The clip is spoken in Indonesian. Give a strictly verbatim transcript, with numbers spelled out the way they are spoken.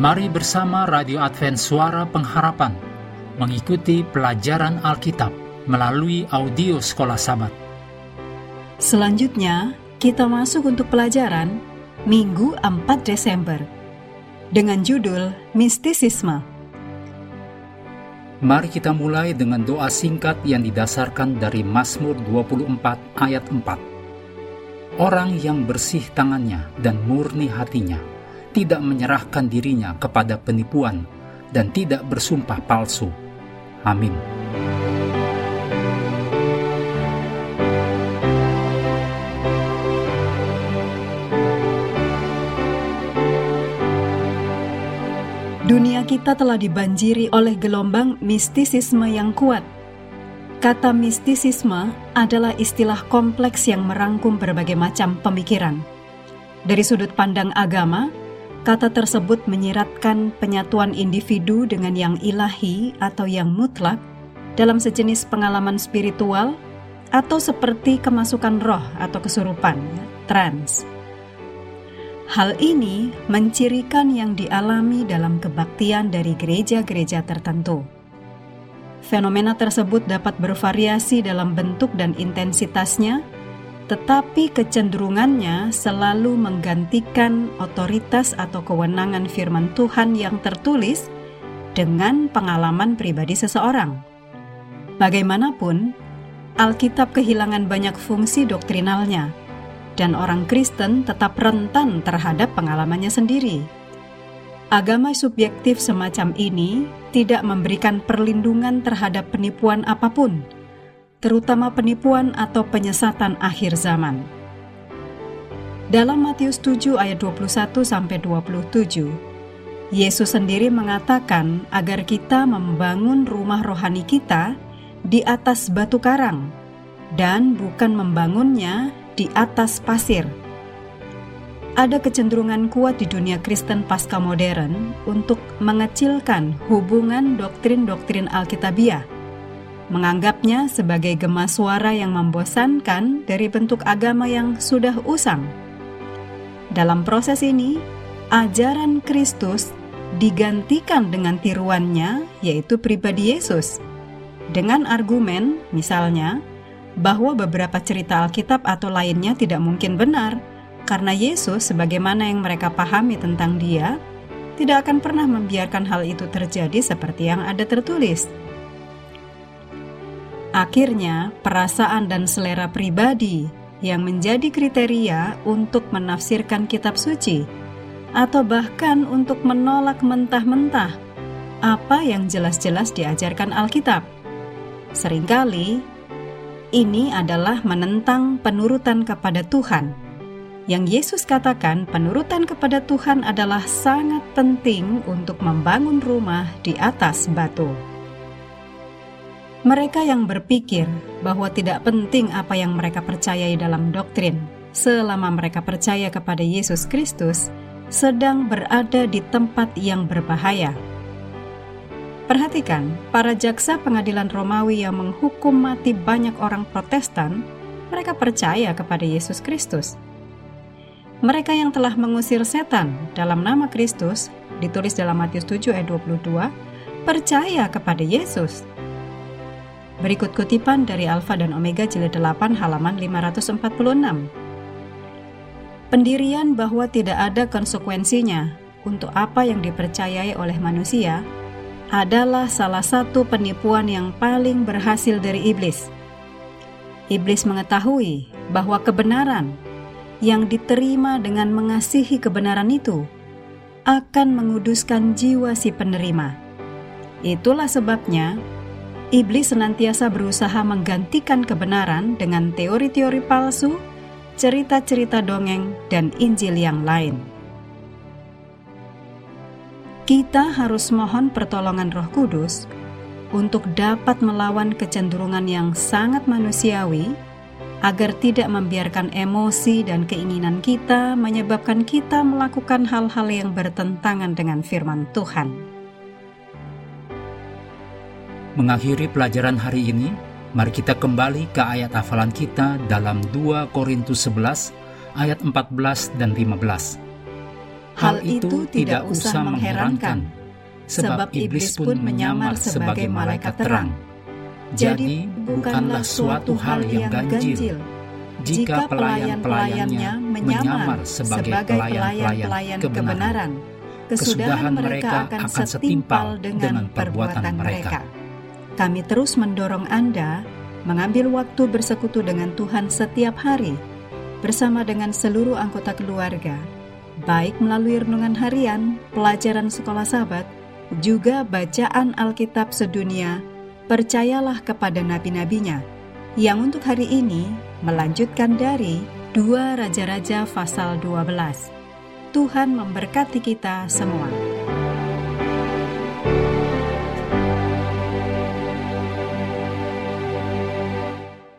Mari bersama Radio Advent Suara Pengharapan mengikuti pelajaran Alkitab melalui audio Sekolah Sabat. Selanjutnya, kita masuk untuk pelajaran Minggu empat Desember dengan judul Mistisisme. Mari kita mulai dengan doa singkat yang didasarkan dari Mazmur dua puluh empat ayat empat. Orang yang bersih tangannya dan murni hatinya tidak menyerahkan dirinya kepada penipuan dan tidak bersumpah palsu. Amin. Dunia kita telah dibanjiri oleh gelombang mistisisme yang kuat. Kata mistisisme adalah istilah kompleks yang merangkum berbagai macam pemikiran. Dari sudut pandang agama, kata tersebut menyiratkan penyatuan individu dengan yang ilahi atau yang mutlak dalam sejenis pengalaman spiritual atau seperti kemasukan roh atau kesurupan, trans. Hal ini mencirikan yang dialami dalam kebaktian dari gereja-gereja tertentu. Fenomena tersebut dapat bervariasi dalam bentuk dan intensitasnya, tetapi kecenderungannya selalu menggantikan otoritas atau kewenangan firman Tuhan yang tertulis dengan pengalaman pribadi seseorang. Bagaimanapun, Alkitab kehilangan banyak fungsi doktrinalnya, dan orang Kristen tetap rentan terhadap pengalamannya sendiri. Agama subjektif semacam ini tidak memberikan perlindungan terhadap penipuan apapun, terutama penipuan atau penyesatan akhir zaman. Dalam Matius tujuh ayat dua puluh satu sampai dua puluh tujuh, Yesus sendiri mengatakan agar kita membangun rumah rohani kita di atas batu karang dan bukan membangunnya di atas pasir. Ada kecenderungan kuat di dunia Kristen pasca modern untuk mengecilkan hubungan doktrin-doktrin Alkitabiah, menganggapnya sebagai gema suara yang membosankan dari bentuk agama yang sudah usang. Dalam proses ini, ajaran Kristus digantikan dengan tiruannya, yaitu pribadi Yesus, dengan argumen, misalnya, bahwa beberapa cerita Alkitab atau lainnya tidak mungkin benar, karena Yesus, sebagaimana yang mereka pahami tentang Dia, tidak akan pernah membiarkan hal itu terjadi seperti yang ada tertulis. Akhirnya, perasaan dan selera pribadi yang menjadi kriteria untuk menafsirkan kitab suci, atau bahkan untuk menolak mentah-mentah apa yang jelas-jelas diajarkan Alkitab. Seringkali, ini adalah menentang penurutan kepada Tuhan. Yang Yesus katakan penurutan kepada Tuhan adalah sangat penting untuk membangun rumah di atas batu. Mereka yang berpikir bahwa tidak penting apa yang mereka percayai dalam doktrin, selama mereka percaya kepada Yesus Kristus, sedang berada di tempat yang berbahaya. Perhatikan, para jaksa pengadilan Romawi yang menghukum mati banyak orang Protestan, mereka percaya kepada Yesus Kristus. Mereka yang telah mengusir setan dalam nama Kristus, ditulis dalam Matius tujuh ayat dua puluh dua, percaya kepada Yesus. Berikut kutipan dari Alfa dan Omega jilid delapan halaman lima ratus empat puluh enam. Pendirian bahwa tidak ada konsekuensinya untuk apa yang dipercayai oleh manusia adalah salah satu penipuan yang paling berhasil dari iblis. Iblis mengetahui bahwa kebenaran yang diterima dengan mengasihi kebenaran itu akan menguduskan jiwa si penerima. Itulah sebabnya iblis senantiasa berusaha menggantikan kebenaran dengan teori-teori palsu, cerita-cerita dongeng, dan Injil yang lain. Kita harus mohon pertolongan Roh Kudus untuk dapat melawan kecenderungan yang sangat manusiawi, agar tidak membiarkan emosi dan keinginan kita menyebabkan kita melakukan hal-hal yang bertentangan dengan firman Tuhan. Mengakhiri pelajaran hari ini, mari kita kembali ke ayat hafalan kita dalam dua Korintus sebelas ayat empat belas dan lima belas. Hal itu tidak usah mengherankan, sebab iblis pun menyamar sebagai malaikat terang. Jadi, bukanlah suatu hal yang ganjil jika pelayan-pelayannya menyamar sebagai pelayan-pelayan kebenaran. Kesudahan mereka akan setimpal dengan perbuatan mereka. Kami terus mendorong Anda mengambil waktu bersekutu dengan Tuhan setiap hari bersama dengan seluruh anggota keluarga, baik melalui renungan harian, pelajaran sekolah Sabat, juga bacaan Alkitab sedunia, percayalah kepada nabi-nabinya, yang untuk hari ini melanjutkan dari dua Raja-Raja pasal dua belas. Tuhan memberkati kita semua.